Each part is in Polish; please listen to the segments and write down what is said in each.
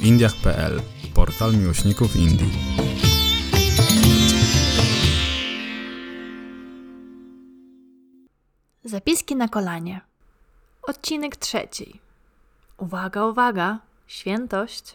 indiach.pl, portal miłośników Indii. Zapiski na kolanie. Odcinek 3. Uwaga, uwaga, świętość.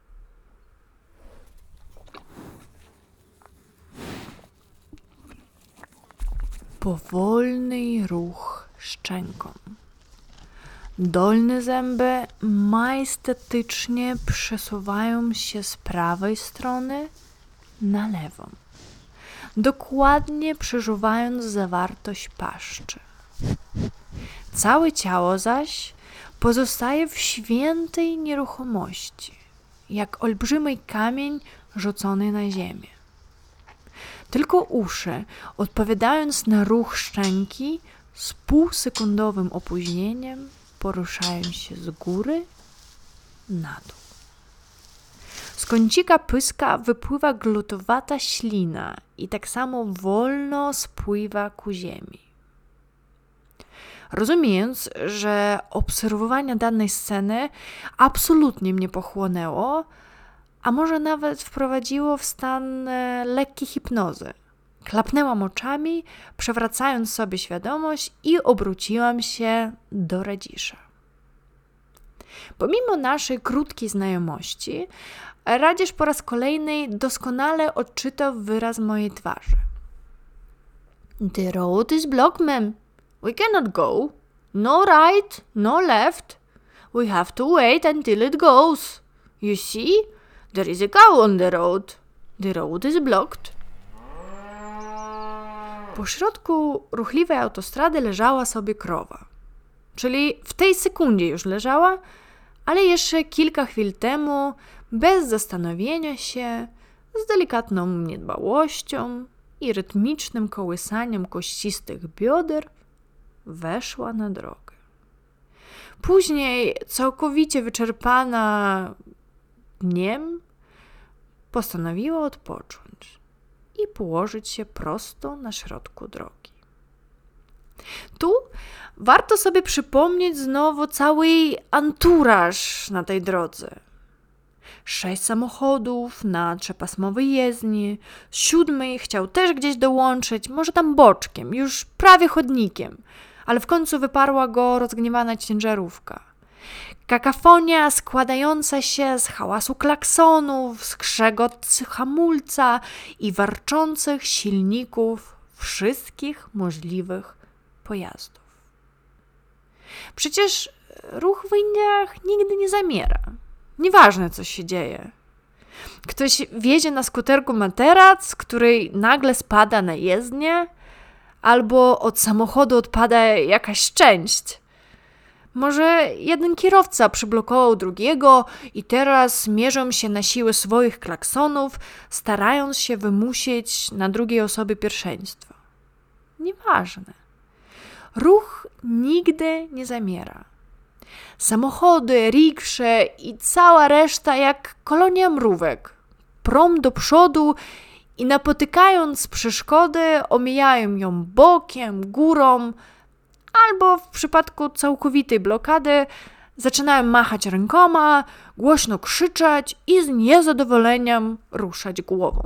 Powolny ruch szczęką. Dolne zęby majestatycznie przesuwają się z prawej strony na lewą, dokładnie przeżuwając zawartość paszczy. Całe ciało zaś pozostaje w świętej nieruchomości, jak olbrzymi kamień rzucony na ziemię. Tylko uszy, odpowiadając na ruch szczęki, z półsekundowym opóźnieniem poruszają się z góry na dół. Z kącika pyska wypływa glutowata ślina i tak samo wolno spływa ku ziemi. Rozumiejąc, że obserwowanie danej sceny absolutnie mnie pochłonęło, a może nawet wprowadziło w stan lekkiej hipnozy. Klapnęłam oczami, przewracając sobie świadomość i obróciłam się do Radzisza. Pomimo naszej krótkiej znajomości, Radzisz po raz kolejny doskonale odczytał wyraz mojej twarzy. The road is blocked, ma'am. We cannot go. No right, no left. We have to wait until it goes. You see, there is a cow on the road. The road is blocked. Po środku ruchliwej autostrady leżała sobie krowa. Czyli w tej sekundzie już leżała, ale jeszcze kilka chwil temu, bez zastanowienia się, z delikatną niedbałością i rytmicznym kołysaniem kościstych bioder, weszła na drogę. Później, całkowicie wyczerpana dniem, postanowiła odpocząć i położyć się prosto na środku drogi. Tu warto sobie przypomnieć znowu cały anturaż na tej drodze. 6 samochodów na trzepasmowej jezdni, 7 chciał też gdzieś dołączyć, może tam boczkiem, już prawie chodnikiem, ale w końcu wyparła go rozgniewana ciężarówka. Kakafonia składająca się z hałasu klaksonów, skrzegot hamulca i warczących silników wszystkich możliwych pojazdów. Przecież ruch w Indiach nigdy nie zamiera. Nieważne, co się dzieje. Ktoś wiezie na skuterku materac, który nagle spada na jezdnię, albo od samochodu odpada jakaś część. Może jeden kierowca przyblokował drugiego i teraz mierzą się na siłę swoich klaksonów, starając się wymusić na drugiej osobie pierwszeństwo. Nieważne. Ruch nigdy nie zamiera. Samochody, riksze i cała reszta jak kolonia mrówek prą do przodu i napotykając przeszkody omijają ją bokiem, górą, albo w przypadku całkowitej blokady zaczynają machać rękoma, głośno krzyczeć i z niezadowoleniem ruszać głową.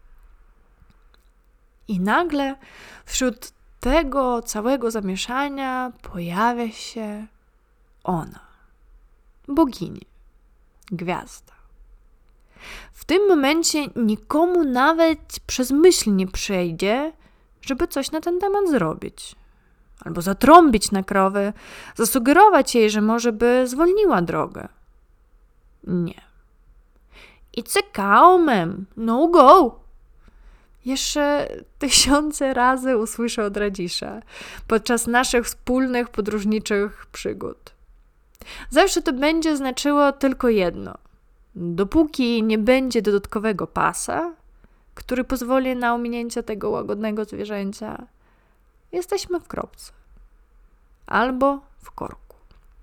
I nagle wśród tego całego zamieszania pojawia się ona, bogini, gwiazda. W tym momencie nikomu nawet przez myśl nie przejdzie, żeby coś na ten temat zrobić. Albo zatrąbić na krowy, zasugerować jej, że może by zwolniła drogę. Nie. It's a cow, ma'am. No go. Jeszcze 1000 razy usłyszę od Radzisza podczas naszych wspólnych podróżniczych przygód. Zawsze to będzie znaczyło tylko jedno. Dopóki nie będzie dodatkowego pasa, który pozwoli na ominięcie tego łagodnego zwierzęcia, jesteśmy w kropce. Albo w korku.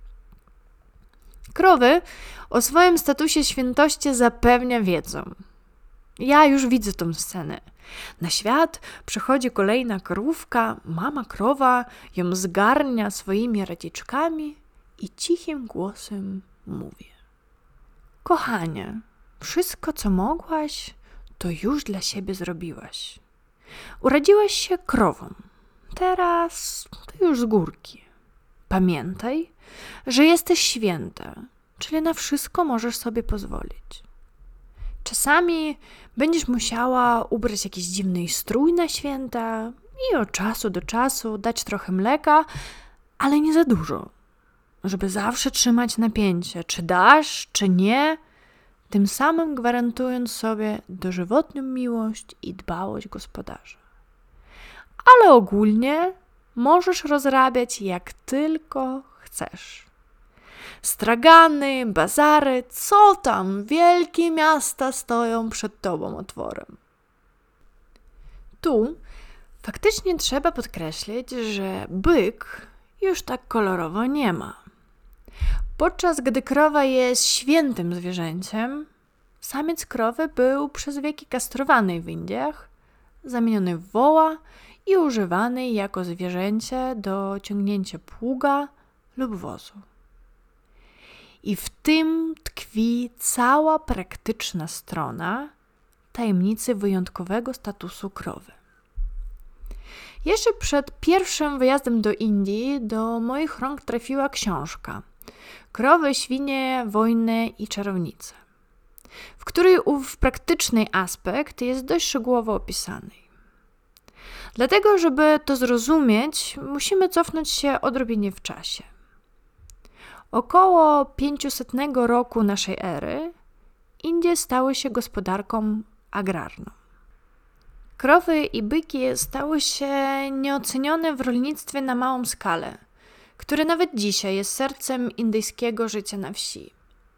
Krowy o swoim statusie świętości zapewne wiedzą. Ja już widzę tę scenę. Na świat przychodzi kolejna krówka, mama krowa ją zgarnia swoimi radziczkami i cichym głosem mówi: Kochanie, wszystko co mogłaś, to już dla siebie zrobiłaś. Urodziłaś się krową. Teraz to już z górki. Pamiętaj, że jesteś święta, czyli na wszystko możesz sobie pozwolić. Czasami będziesz musiała ubrać jakiś dziwny strój na święta i od czasu do czasu dać trochę mleka, ale nie za dużo, żeby zawsze trzymać napięcie, czy dasz, czy nie, tym samym gwarantując sobie dożywotnią miłość i dbałość gospodarza. Ale ogólnie możesz rozrabiać jak tylko chcesz. Stragany, bazary, co tam, wielkie miasta stoją przed tobą otworem. Tu faktycznie trzeba podkreślić, że byk już tak kolorowo nie ma. Podczas gdy krowa jest świętym zwierzęciem, samiec krowy był przez wieki kastrowany w Indiach, zamieniony w woła i używany jako zwierzęcie do ciągnięcia pługa lub wozu. I w tym tkwi cała praktyczna strona tajemnicy wyjątkowego statusu krowy. Jeszcze przed pierwszym wyjazdem do Indii do moich rąk trafiła książka Krowy, świnie, wojny i czarownice, w której ów praktyczny aspekt jest dość szczegółowo opisany. Dlatego, żeby to zrozumieć, musimy cofnąć się odrobinę w czasie. Około 500 roku naszej ery Indie stały się gospodarką agrarną. Krowy i byki stały się nieocenione w rolnictwie na małą skalę, które nawet dzisiaj jest sercem indyjskiego życia na wsi.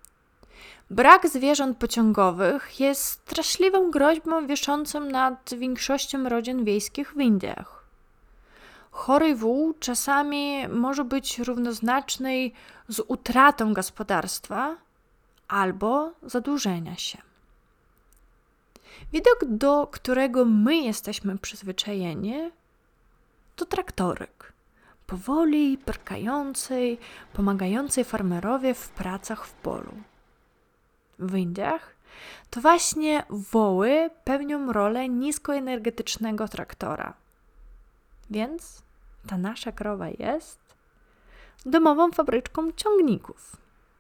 Brak zwierząt pociągowych jest straszliwą groźbą wiszącą nad większością rodzin wiejskich w Indiach. Chory wół czasami może być równoznaczny z utratą gospodarstwa albo zadłużenia się. Widok, do którego my jesteśmy przyzwyczajeni, to traktorek, powoli perkający, pomagający farmerowi w pracach w polu. W Indiach to właśnie woły pełnią rolę niskoenergetycznego traktora. Więc ta nasza krowa jest domową fabryczką ciągników.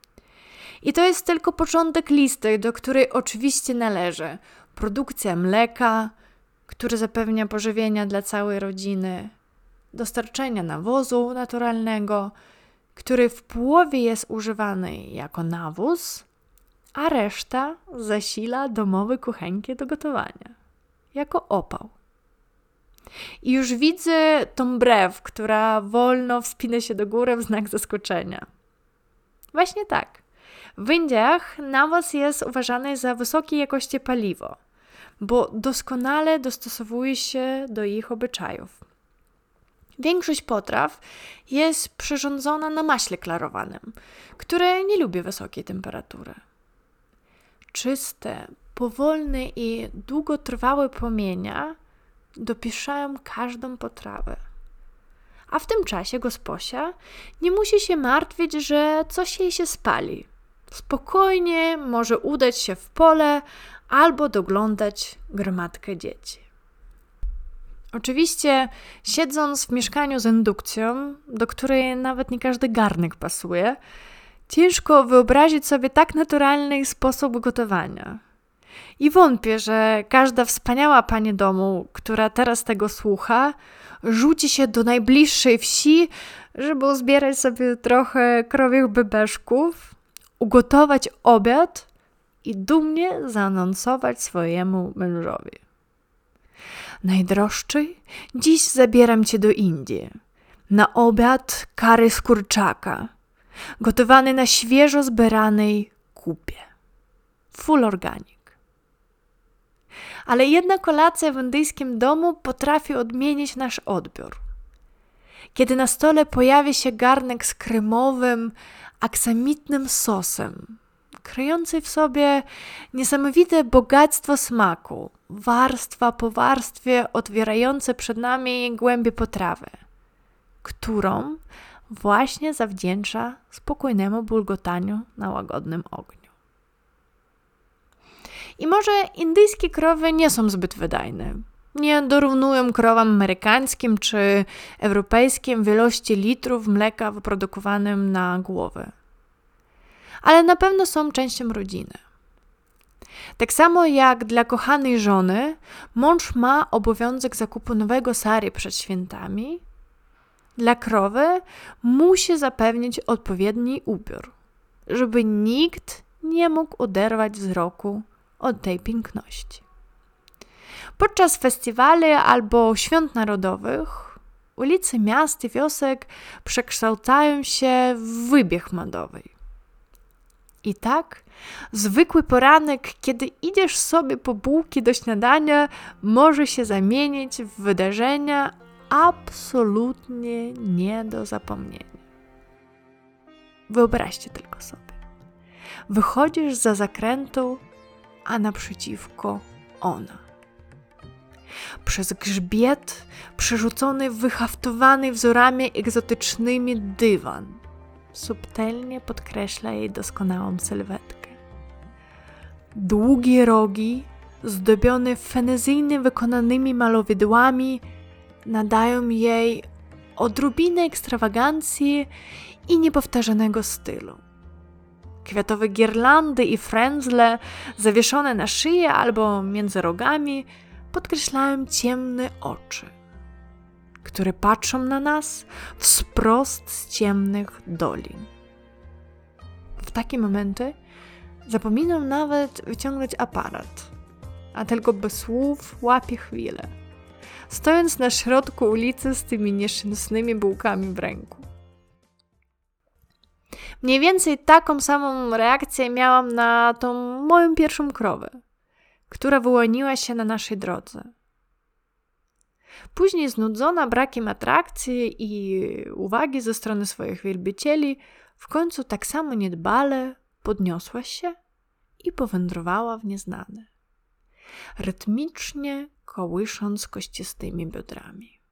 I to jest tylko początek listy, do której oczywiście należy produkcja mleka, które zapewnia pożywienia dla całej rodziny, dostarczenia nawozu naturalnego, który w połowie jest używany jako nawóz, a reszta zasila domowe kuchenki do gotowania, jako opał. I już widzę tą brew, która wolno wspina się do góry w znak zaskoczenia. Właśnie tak. W Indiach nawóz jest uważany za wysokiej jakości paliwo, bo doskonale dostosowuje się do ich obyczajów. Większość potraw jest przyrządzona na maśle klarowanym, które nie lubi wysokiej temperatury. Czyste, powolne i długotrwałe płomienia dopieszają każdą potrawę. A w tym czasie gosposia nie musi się martwić, że coś jej się spali. Spokojnie może udać się w pole albo doglądać gromadkę dzieci. Oczywiście, siedząc w mieszkaniu z indukcją, do której nawet nie każdy garnek pasuje, ciężko wyobrazić sobie tak naturalny sposób gotowania. I wątpię, że każda wspaniała pani domu, która teraz tego słucha, rzuci się do najbliższej wsi, żeby uzbierać sobie trochę krowiech bebeszków, ugotować obiad i dumnie zaanonsować swojemu mężowi. Najdroższy, dziś zabieram cię do Indii. Na obiad kary z kurczaka, gotowany na świeżo zbieranej kupie. Full organic. Ale jedna kolacja w indyjskim domu potrafi odmienić nasz odbiór. Kiedy na stole pojawi się garnek z kremowym, aksamitnym sosem, kryjący w sobie niesamowite bogactwo smaku, warstwa po warstwie otwierające przed nami głębie potrawy, którą właśnie zawdzięcza spokojnemu bulgotaniu na łagodnym ogniu. I może indyjskie krowy nie są zbyt wydajne. Nie dorównują krowom amerykańskim czy europejskim w ilości litrów mleka wyprodukowanym na głowę. Ale na pewno są częścią rodziny. Tak samo jak dla kochanej żony mąż ma obowiązek zakupu nowego sari przed świętami, dla krowy musi zapewnić odpowiedni ubiór, żeby nikt nie mógł oderwać wzroku od tej piękności. Podczas festiwali albo świąt narodowych ulice miast i wiosek przekształcają się w wybieg modowy. I tak zwykły poranek, kiedy idziesz sobie po bułki do śniadania, może się zamienić w wydarzenia absolutnie nie do zapomnienia. Wyobraźcie tylko sobie. Wychodzisz za zakrętu, a naprzeciwko ona. Przez grzbiet przerzucony, wyhaftowany wzorami egzotycznymi dywan subtelnie podkreśla jej doskonałą sylwetkę. Długie rogi, zdobione fenezyjnie wykonanymi malowidłami, nadają jej odrobinę ekstrawagancji i niepowtarzanego stylu. Kwiatowe girlandy i frędzle zawieszone na szyi albo między rogami podkreślają ciemne oczy, które patrzą na nas wprost z ciemnych dolin. W takie momenty zapominam nawet wyciągnąć aparat, a tylko bez słów łapię chwilę, stojąc na środku ulicy z tymi nieszczęsnymi bułkami w ręku. Mniej więcej taką samą reakcję miałam na tą moją pierwszą krowę, która wyłoniła się na naszej drodze. Później znudzona brakiem atrakcji i uwagi ze strony swoich wielbicieli, w końcu tak samo niedbale podniosła się i powędrowała w nieznane, rytmicznie kołysząc kościstymi biodrami.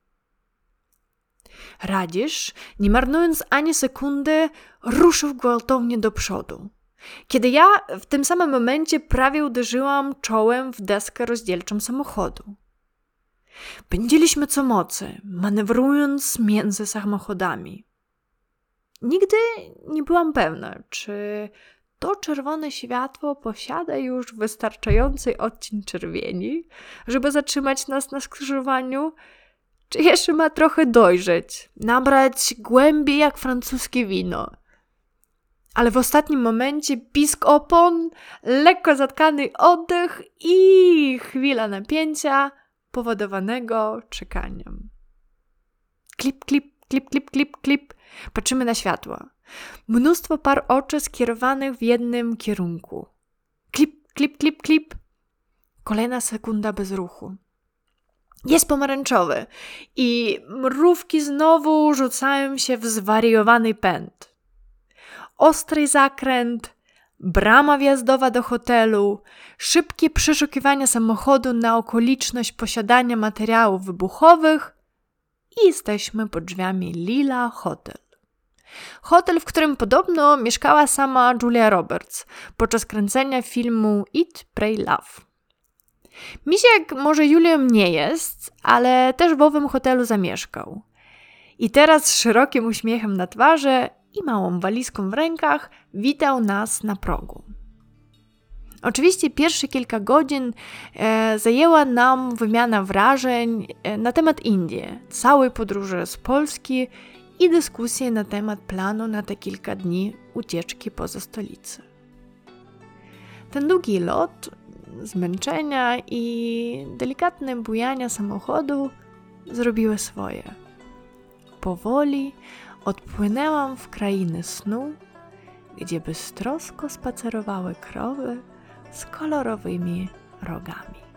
Radzisz, nie marnując ani sekundy, ruszył gwałtownie do przodu, kiedy ja w tym samym momencie prawie uderzyłam czołem w deskę rozdzielczą samochodu. Pędziliśmy co mocy, manewrując między samochodami. Nigdy nie byłam pewna, czy to czerwone światło posiada już wystarczający odcień czerwieni, żeby zatrzymać nas na skrzyżowaniu, czy jeszcze ma trochę dojrzeć, nabrać głębiej jak francuskie wino. Ale w ostatnim momencie pisk opon, lekko zatkany oddech i chwila napięcia powodowanego czekaniem. Klip, klip, klip, klip, klip, klip. Patrzymy na światła. Mnóstwo par oczy skierowanych w jednym kierunku. Klip, klip, klip, klip. Kolejna sekunda bez ruchu. Jest pomarańczowy i mrówki znowu rzucają się w zwariowany pęd. Ostry zakręt, brama wjazdowa do hotelu, szybkie przeszukiwania samochodu na okoliczność posiadania materiałów wybuchowych i jesteśmy pod drzwiami Lila Hotel. Hotel, w którym podobno mieszkała sama Julia Roberts podczas kręcenia filmu Eat, Pray, Love. Misiek może Julią nie jest, ale też w owym hotelu zamieszkał. I teraz z szerokim uśmiechem na twarzy i małą walizką w rękach witał nas na progu. Oczywiście pierwsze kilka godzin zajęła nam wymiana wrażeń na temat Indii, całej podróży z Polski i dyskusje na temat planu na te kilka dni ucieczki poza stolicę. Ten długi lot, zmęczenia i delikatne bujania samochodu zrobiły swoje. Powoli odpłynęłam w krainę snu, gdzie beztrosko spacerowały krowy z kolorowymi rogami.